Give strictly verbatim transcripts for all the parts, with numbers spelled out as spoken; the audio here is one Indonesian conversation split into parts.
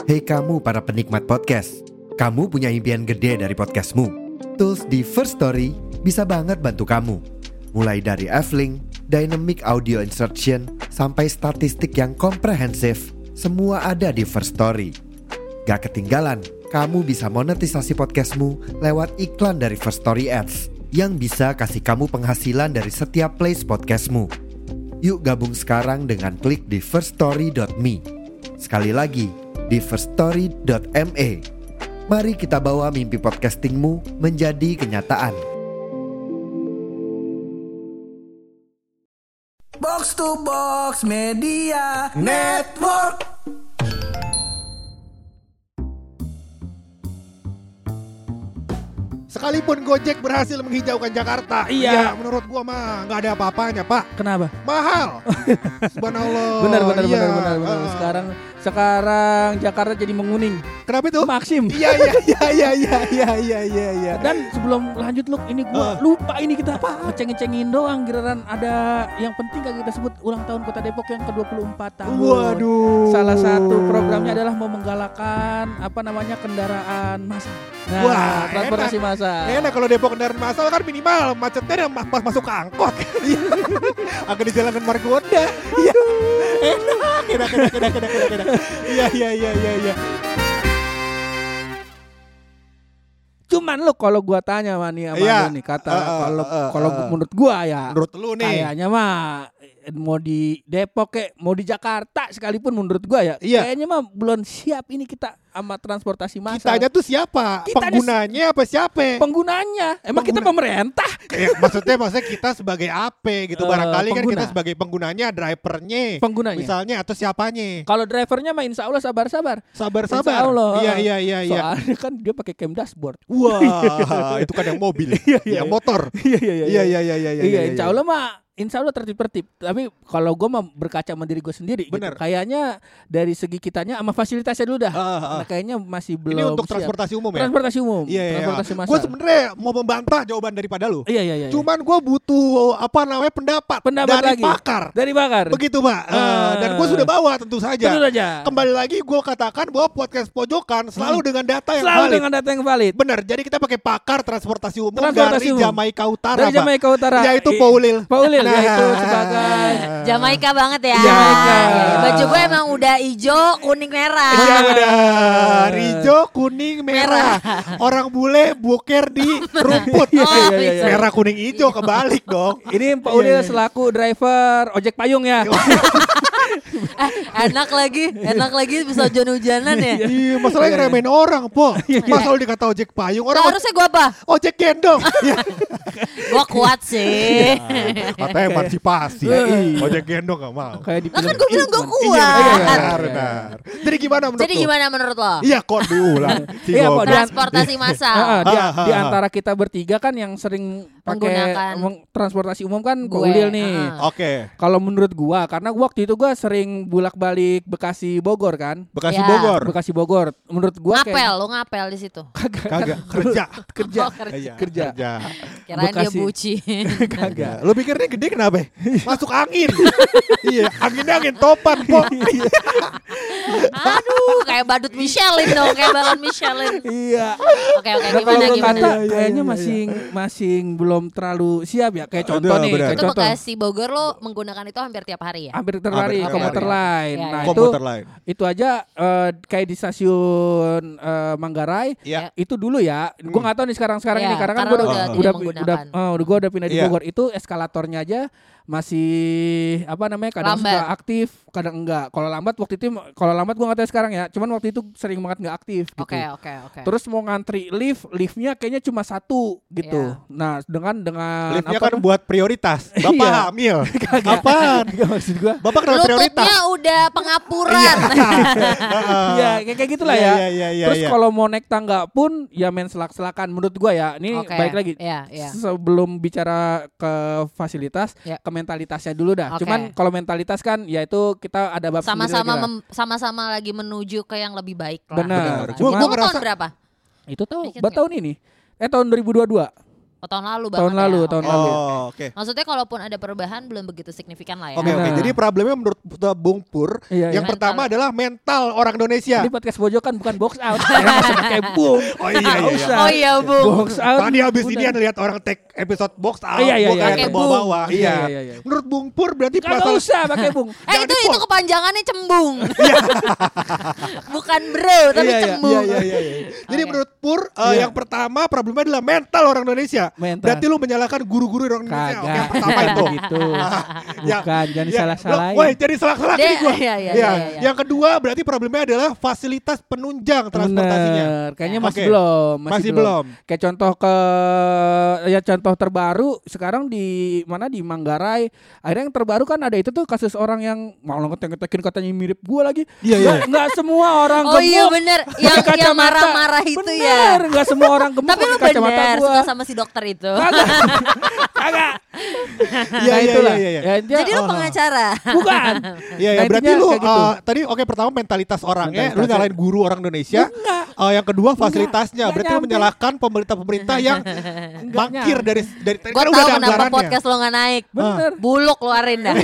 Hei kamu para penikmat podcast, kamu punya impian gede dari podcastmu. Tools di First Story bisa banget bantu kamu. Mulai dari F-Link, Dynamic Audio Insertion, sampai statistik yang komprehensif, semua ada di First Story. Gak ketinggalan, kamu bisa monetisasi podcastmu lewat iklan dari First Story Ads yang bisa kasih kamu penghasilan dari setiap plays podcastmu. Yuk gabung sekarang dengan klik di first story dot me. Sekali lagi, di first story dot me. Mari kita bawa mimpi podcastingmu menjadi kenyataan. Box to Box Media Network. Sekalipun Gojek berhasil menghijaukan Jakarta, Iya. ya menurut gua mah nggak ada apa-apanya, Pak. Kenapa? Mahal. Subhanallah. Benar benar Iya. benar benar benar. Uh, Sekarang sekarang Jakarta jadi menguning. Kenapa itu? Maxim. Iya iya iya iya iya iya iya iya iya. Dan sebelum lanjut Luk, ini gua Uh. lupa ini kita apa? Ngeceng-ngecengin doang, giliran ada yang penting kagak kita sebut ulang tahun Kota Depok yang ke dua puluh empat tahun. Waduh. Salah satu programnya adalah mau menggalakkan apa namanya kendaraan massal. Nah, Wah, transportasi enak. massal. Enak kalau Depok kendaraan massal kan minimal macetnya yang pas masuk ke angkot. Agak di jalan Margonda. Iya. Enak, enak, enak, enak, enak, enak, enak. Iya, iya, iya, iya, iya. Cuman lu kalau gua tanya sama nih sama Iya. lu nih kata Uh, uh, kalau uh, kalau uh. menurut gua ya Menurut lu nih. kayaknya mah mau di Depok kayak mau di Jakarta sekalipun menurut gua ya Iya. kayaknya mah belum siap ini kita sama transportasi massal. Kitanya tuh siapa? Kitanya Penggunanya apa siapa? Penggunanya. Emang kita Pengguna- pemerintah? Ya, maksudnya maksudnya kita sebagai A P gitu Eh, barangkali kan pengguna. kita sebagai penggunanya, drivernya, Penggunanya. misalnya atau siapanya. Kalau drivernya mah insya Allah sabar-sabar. Sabar-sabar. Insya Allah. Iya iya iya iya. Soalnya kan dia pakai cam dashboard. Wah, itu kan yang mobil, Iya, iya, yang iya. motor. Iya iya Iya iya iya iya iya. Iya, insya Allah mah Insya Allah tertib-tertib. Tapi kalau gue mah berkaca sama diri gue sendiri gitu. Bener. Kayaknya dari segi kitanya sama fasilitasnya dulu dah. Ah, ah, ah. Nah, kayaknya masih belum Ini untuk siap. transportasi umum ya? Transportasi umum. Iya iya. Transportasi massal. Gue sebenarnya mau membantah jawaban daripada lu. Iya iya iya. Cuman gue butuh apa namanya pendapat, Pendapat dari lagi. pakar. Dari bakar. Begitu Pak. Eh, Ah. dan gue sudah bawa tentu saja. Tentu saja. Kembali lagi gue katakan bahwa podcast pojokan selalu dengan data yang Selalu valid. dengan data yang valid. Benar, jadi kita pakai pakar transportasi umum Transportasi dari umum. Jamaika Utara, Dari Pak. Jamaika Utara. Yaitu I- Paulil. Paulil Nah. yaitu sebagai Jamaika banget ya. Jamaika. Baju gue emang udah hijau, kuning, merah. Iya benar. Hijau, kuning, merah. Orang bule boker di rumput. Oh, iya, iya, iya. Merah, kuning, hijau kebalik dong. ini Pak Ulil Iya, iya. selaku driver ojek payung ya. Eh, enak lagi, enak lagi bisa hujan-hujanan ya. Iya, masalahnya remehin orang, Po. Masa lu dikata ojek payung, orang Harusnya gue apa? ojek gendong. Iya. Gue kuat sih. Katanya emansipasi. Iya. Ojek gendong gak mau. Kayak di Lah kan film gue bilang gue Ikman. Iya, kuat. benar, benar. Jadi gimana menurut Jadi lu? gimana menurut lo? Iya, kok diulang. Si Iya, goblok. Pak, dan- Transportasi massal. Ah, di, Ah, ah, di ah. antara kita bertiga kan yang sering pakai Menggunakan meng- transportasi umum kan Pak gue, Ulil nih. ah. Oke. Kalau menurut gua, karena gua waktu itu gua sering bolak-balik Bekasi Bogor kan. Bekasi Ya. Bogor. Bekasi Bogor. Menurut gua Ngapel, kayak lo ngapel di situ. Kagak kerja. kerja. Oh, kerja. Iya, Kerja. Kirain dia Bekasi. bucin. Kagak. Lu pikirnya gede kenapa? Masuk angin. Iya, anginnya angin topan, Po. Aduh, kayak badut Michelin dong, kayak balon Michelin. Iya. Oke, oke, Nah, gimana kalau gua gimana? kata Iya, iya, kayaknya iya, masih masih belum terlalu siap ya. Kayak contoh Aduh, nih, benar. kayak Itu contoh. Bekasi Bogor lo menggunakan itu hampir tiap hari ya? Hampir terlari Hampir komuter tiap lain. Iya, Nah, iya. itu Komuter lain. itu aja eh, kayak di stasiun eh, Manggarai. Iya. Itu dulu ya. Gua nggak tahu nih sekarang-sekarang Iya, ini karena kan karena gua udah udah udah tidak udah menggunakan. eh, udah gua udah pindah di Iya. Bogor. Itu eskalatornya aja masih apa namanya kadang Lambat. suka aktif, kadang enggak. Kalau lambat waktu itu kalau lambat gua nggak tahu sekarang ya. Cuman waktu itu sering banget nggak aktif gitu. Oke, oke, oke. Terus mau ngantri lift, liftnya kayaknya cuma satu gitu. Iya. Nah, dengan dengan Liftnya apa kan buat prioritas. Bapak Iya. hamil. Apaan? Enggak maksud gua. Bapak kenapa prioritas? Lututnya udah pengapuran. Iya, kayak kayak gitulah Iya, ya. iya, iya, iya, Terus iya. kalau mau naik tangga pun ya main selak-selakan menurut gua ya. Ini Oke, balik lagi. iya, iya. Sebelum bicara ke fasilitas, Iya. ke mentalitasnya dulu dah. Oke. Cuman kalau mentalitas kan ya itu kita ada bab sendiri Sama-sama lagi lah. mem- sama-sama lagi menuju ke yang lebih baik lah. Benar. Gitu. Gua- Itu gua tahun ngerasa- berapa? Itu tahu Ingat buat nggak? tahun ini. Eh tahun dua ribu dua puluh dua. Oh, tahun lalu Tahun banget lalu, ya. tahun Oke. lalu. Oh, oke. Maksudnya kalaupun ada perubahan belum begitu signifikan lah ya. Oke oke. Benar. Jadi problemnya menurut Bung Pur Iya, yang iya. pertama Mental. adalah mental orang Indonesia. Jadi podcast pojokan bukan box out. Ya masih pakai bung. Oh iya iya. iya. Oh iya, Bung. Box out. Tadi abis udah. ini yang lihat orang take episode box out, Oh, iya, iya, gua iya, kayak iya. terbawa-bawa. Iya, Iya. iya, iya. Menurut Bung Pur berarti Kagak masalah usah pakai bung. Eh Jangan itu dipot. itu kepanjangannya cembung. Bukan bro, tapi Iya, iya, cembung. Iya, iya, iya, iya. Jadi Oke. menurut Pur uh, Iya. yang pertama problemnya adalah mental orang Indonesia. Mental. Berarti lu menyalahkan guru-guru orang Indonesia. Oke, yang Kagak. pertama itu. Gitu. Ya. Bukan, jangan Ya, salah-salahin. lo- Woi, jadi salah-salah Dia- ini gua. iya, iya, Ya. iya, iya. Yang kedua berarti problemnya adalah fasilitas penunjang transportasinya. Bener. Kayaknya masih Oke. belum, Masih belum. Kayak contoh ke ya contoh terbaru sekarang di mana di Manggarai. Akhirnya yang terbaru kan ada itu tuh kasus orang yang malah ngetek-ngetekin katanya mirip gua lagi. Iya, iya. Nggak, nggak semua orang Oh iya gemuk bener, yang pakai yang kacamata. marah-marah itu ya. Bener, nggak semua orang gemuk Tapi lu pakai kacamata bener gua. suka sama si dokter itu. Kagak. Kagak. Iya, Nah, iya, itulah. iya, iya. Ya, intinya- Jadi lu Oh. pengacara. bukan. Iya ya, Nah, berarti intinya lu kayak gitu. uh, tadi oke pertama mentalitas orangnya, lu Mentalitasnya. nyalain guru orang Indonesia. Enggak. Uh, yang kedua fasilitasnya, Enggak berarti lu nyampe. menyalahkan pemerintah-pemerintah yang Enggak mangkir nyampe. dari dari tadi Gue kan tahu udah ada kenapa anggarannya. podcast lo gak naik. Bener. Buluk luarin dah.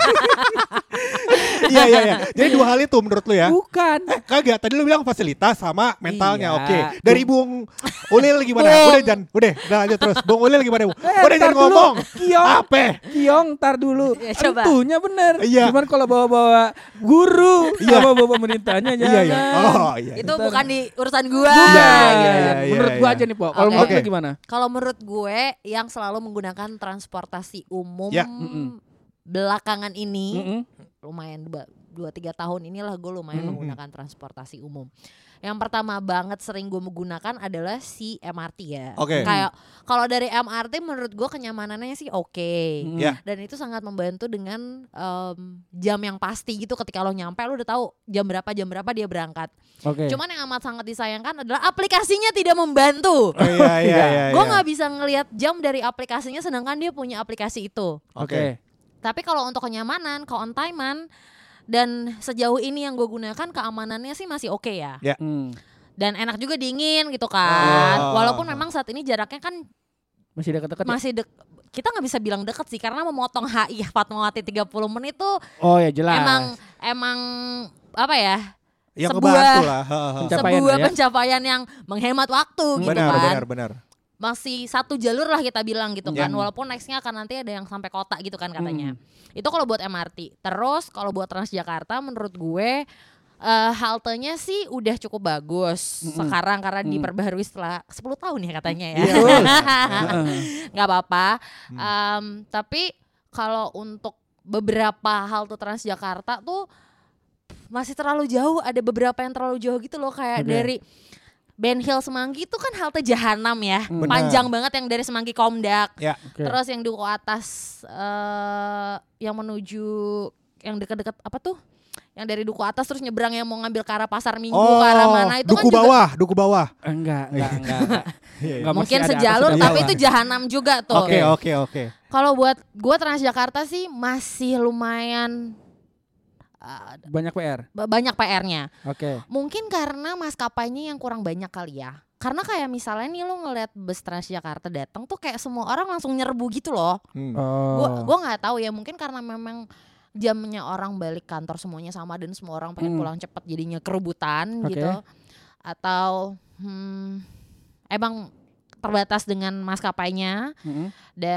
Iya iya iya. Jadi dua hal itu menurut lu ya? Bukan. Eh, kagak, tadi lu bilang fasilitas sama mentalnya. Iya. Oke. Dari Bung Ulil gimana? Bung. Udah jangan, udah, udah lanjut terus. Bung Ulil gimana, Bu? Eh, Udah ntar jangan dulu. ngomong. Kiong. Apa? Kiong tar dulu. Ya, coba. Tentunya bener. Iya. Cuman kalau bawa-bawa guru Iya. sama bawa pemerintahnya Iya jangan. iya. Oh iya. Itu Ntar. bukan di urusan gua. Bukan. Iya, iya, iya, Menurut iya, gua iya. aja nih, Po. Kalau Oke. menurut lu Oke. gimana? Kalau menurut gue yang selalu menggunakan transportasi umum Ya. Mm-mm. belakangan ini Mm-mm. lumayan ba- dua tiga tahun inilah gue lumayan Mm-mm. menggunakan transportasi umum. Yang pertama banget sering gue menggunakan adalah si M R T ya. Oke. Kayak kalau dari M R T menurut gue kenyamanannya sih oke. Mm. Ya. Dan itu sangat membantu dengan em, jam yang pasti gitu, ketika lo nyampe lo udah tahu jam berapa jam berapa dia berangkat. Oke. Cuman yang amat sangat disayangkan adalah aplikasinya tidak membantu. Oh, iya iya iya. Gue iya. nggak bisa ngelihat jam dari aplikasinya sedangkan dia punya aplikasi itu. Oke. Tapi kalau untuk kenyamanan, ke on time-an dan sejauh ini yang gue gunakan keamanannya sih masih oke ya. Hmm. Dan enak juga dingin gitu kan. Oh. Walaupun memang saat ini jaraknya kan Masih dekat-dekat ya? masih dek kita nggak bisa bilang deket sih karena memotong H I Fatmawati tiga puluh menit tuh Oh ya jelas. emang emang apa ya? Yang sebuah- ngebantu lah. Ha, ha. Pencapaian sebuah ya. pencapaian yang menghemat waktu gitu Benar kan. benar benar. Masih satu jalur lah kita bilang gitu Ya. kan. Walaupun nextnya akan nanti ada yang sampai kota gitu kan katanya. Hmm. Itu kalau buat M R T. Terus kalau buat Transjakarta menurut gue eh, haltenya sih udah cukup bagus Mm-mm. sekarang karena Mm. diperbaharui setelah sepuluh tahun ya katanya ya. Iya. Heeh. Nggak apa-apa. Hmm. Em, tapi kalau untuk beberapa halte Transjakarta tuh masih terlalu jauh. Ada beberapa yang terlalu jauh gitu loh, kayak Oke. dari Ben Hill Semanggi itu kan halte Jahanam ya. Benar. Panjang banget yang dari Semanggi Komdak. Ya. Oke. Terus yang duku atas eh yang menuju yang dekat-dekat apa tuh? Yang dari duku atas terus nyebrang yang mau ngambil ke arah Pasar Minggu Oh, ke arah mana itu duku kan juga bawah, duku bawah. Enggak, enggak, enggak. enggak. Iya, Enggak, mungkin masih ada sejalur atas dan tapi bawah. itu Jahanam juga tuh. Oke oke oke. Kalau buat gua Transjakarta sih masih lumayan uh, Banyak P R. ba- banyak P R-nya. Oke. Mungkin karena maskapainya yang kurang banyak kali ya. Karena kayak misalnya nih lo ngeliat bus Transjakarta datang tuh kayak semua orang langsung nyerbu gitu loh. Hmm. Oh. Gua gua nggak tahu ya, mungkin karena memang jamnya orang balik kantor semuanya sama dan semua orang pengen Hmm. pulang cepat jadinya kerebutan Oke. gitu. Atau hmm, emang terbatas dengan maskapainya. Mm-mm. Dan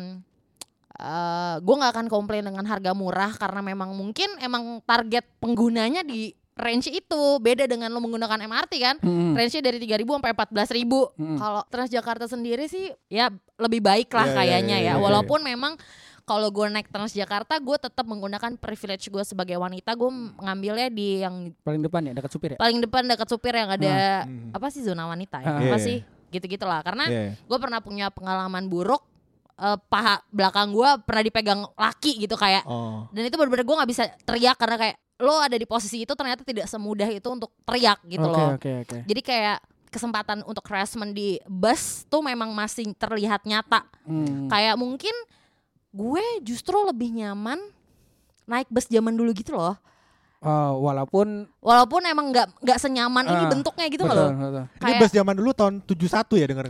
uh, gue nggak akan komplain dengan harga murah karena memang mungkin emang target penggunanya di range itu beda dengan lo menggunakan M R T kan. Mm-mm. Range-nya dari tiga ribu sampai empat belas ribu. Mm-mm. Kalau Transjakarta sendiri sih ya lebih baik lah Iya, iya, kayaknya iya, ya. iya. Walaupun memang kalau gue naik Transjakarta gue tetap menggunakan privilege gue sebagai wanita. Gue ngambilnya di yang Paling depan ya, dekat supir ya. paling depan dekat supir yang ada Hmm. apa sih zona wanita ya. Ah. Apa Iya, sih? Gitu-gitu lah. Karena Iya. gue pernah punya pengalaman buruk, eh, paha belakang gue pernah dipegang laki gitu kayak, Oh. dan itu benar-benar gue nggak bisa teriak karena kayak lo ada di posisi itu ternyata tidak semudah itu untuk teriak gitu Oke, loh. oke, oke. Jadi kayak kesempatan untuk harassment di bus tuh memang masih terlihat nyata. Hmm. Kayak mungkin gue justru lebih nyaman naik bus zaman dulu gitu loh. Oh, walaupun Walaupun emang nggak nggak senyaman ini Ah, bentuknya gitu betul, loh. betul. Ini Kayak bus zaman dulu tahun tujuh puluh satu ya dengar.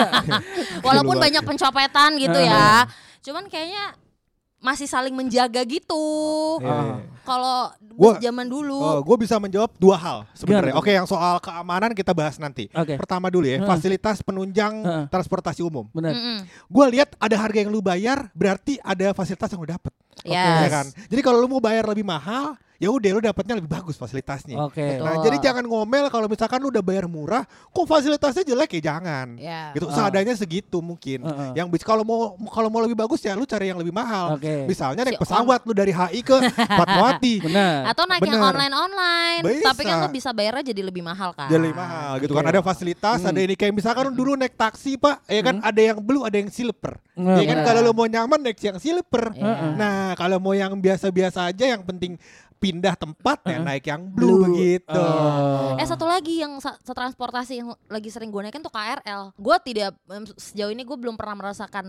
walaupun Luar. banyak pencopetan gitu ya. Cuman kayaknya masih saling menjaga gitu. Iya. Kalau Gua- bus zaman dulu. Oh, gue bisa menjawab dua hal sebenarnya. Gimana? Oke, yang soal keamanan kita bahas nanti. Oke. Pertama dulu ya, Heeh. fasilitas penunjang Heeh. transportasi umum. Benar. Mm-mm. Gue lihat ada harga yang lu bayar, berarti ada fasilitas yang lu dapet. Yes. Ya kan? Jadi kalau lu mau bayar lebih mahal, ya udah lu dapatnya lebih bagus fasilitasnya. Oke. Betul. Nah, jadi jangan ngomel kalau misalkan lu udah bayar murah, kok fasilitasnya jelek ya jangan. Ya. Gitu, Ah. seadanya segitu mungkin. Heeh. Yang bis kalau mau kalau mau lebih bagus ya lu cari yang lebih mahal. Oke. Misalnya naik Si pesawat lu dari H I ke Fatmawati. Benar. Atau naik yang Bener. online-online. Bisa. Tapi kan lu bisa bayarnya jadi lebih mahal kan. Jadi lebih mahal gitu Oke. kan, ada fasilitas, Hmm. ada ini kayak misalkan lu dulu naik taksi Pak, ya kan Hmm. ada yang blue, ada yang silver. Nah, Ya kan benar. kalau lu mau nyaman naik yang silver. Iya. Nah, kalau mau yang biasa-biasa aja yang penting pindah tempat ya Heeh. naik yang blue, Blue. begitu. Oh. Eh satu lagi yang sa- transportasi yang lagi sering gue naikin tuh K R L. Gue tidak em, sejauh ini gue belum pernah merasakan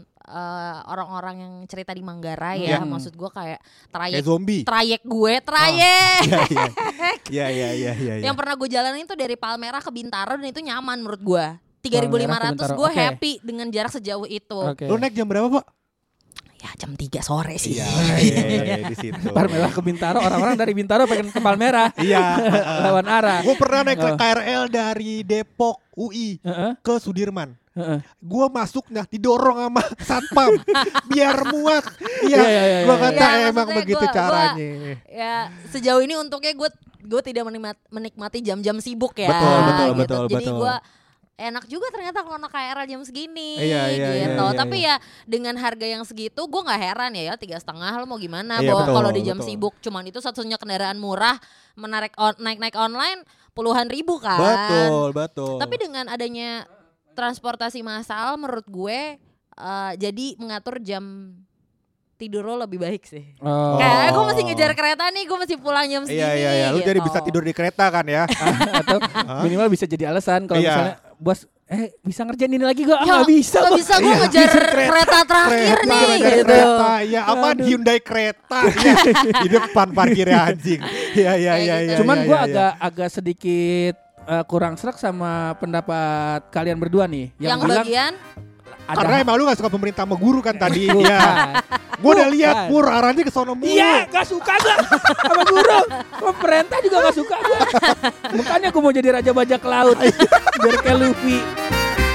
eh, orang-orang yang cerita di Manggarai ya. Hmm. Maksud gue kayak Kayak trayek zombie. trayek gue trayek. Iya iya. Iya iya iya iya. iya. Yang pernah gue jalanin tuh dari Palmerah ke Bintaro dan itu nyaman menurut gue. tiga ribu lima ratus Bintaro, gue oke. happy dengan jarak sejauh itu. Oke. Lu naik jam berapa, Pak? Ya jam tiga sore sih. Iya, iya, iya, di situ. Palmerah ke Bintaro, orang-orang dari Bintaro pengen ke Palmerah. Iya. Lawan arah. Gue pernah naik Oh. K R L dari Depok U I Heeh, ke Sudirman. heeh. Gue masuk nah didorong sama satpam biar muat. Iya, Iya, iya, iya, gue iya. kata Iya, emang maksudnya begitu gua- gua- caranya. Ya sejauh ini untungnya gue gue tidak menikmat, menikmati jam-jam sibuk ya. Betul, betul, gitu. betul, Jadi betul. gue enak juga ternyata kalau naik K R L jam segini Iya, iya, gitu. iya, iya, Tapi iya. ya dengan harga yang segitu gue nggak heran ya ya tiga setengah lo mau gimana Iya, bawa betul, kalau di jam betul. sibuk cuman itu satu-satunya kendaraan murah menarik on, naik-naik online puluhan ribu kan. Betul, betul. Tapi dengan adanya transportasi massal menurut gue eh, jadi mengatur jam tidur lo lebih baik sih. Oh. Kayak gue masih ngejar kereta nih, gue masih pulang jam segini. Iya iya iya, lu gitu. jadi bisa tidur di kereta kan ya? Atau minimal bisa jadi alasan kalau Iya. misalnya bos eh bisa ngerjain ini lagi gak? Ya, Nggak bisa nggak Bos. bisa gue Iya. ngejar Kereta- kereta terakhir Kereta, nih kereta, gitu. kereta, ya apa Aduh. Hyundai kereta ya, di depan parkirnya anjing. Iya iya Kayak iya gitu. iya. Cuman iya, gue iya. agak agak sedikit eh, kurang serak sama pendapat kalian berdua nih Yang bilang bagian ada karena emang lu gak suka pemerintah sama guru kan tadi. Bukan. Iya. Gue udah lihat Bukan. Pur arahnya ke sono mulu. Iya, gak suka gue sama guru. Pemerintah juga gak suka gue. Makanya gue mau jadi raja bajak laut biar kayak Luffy.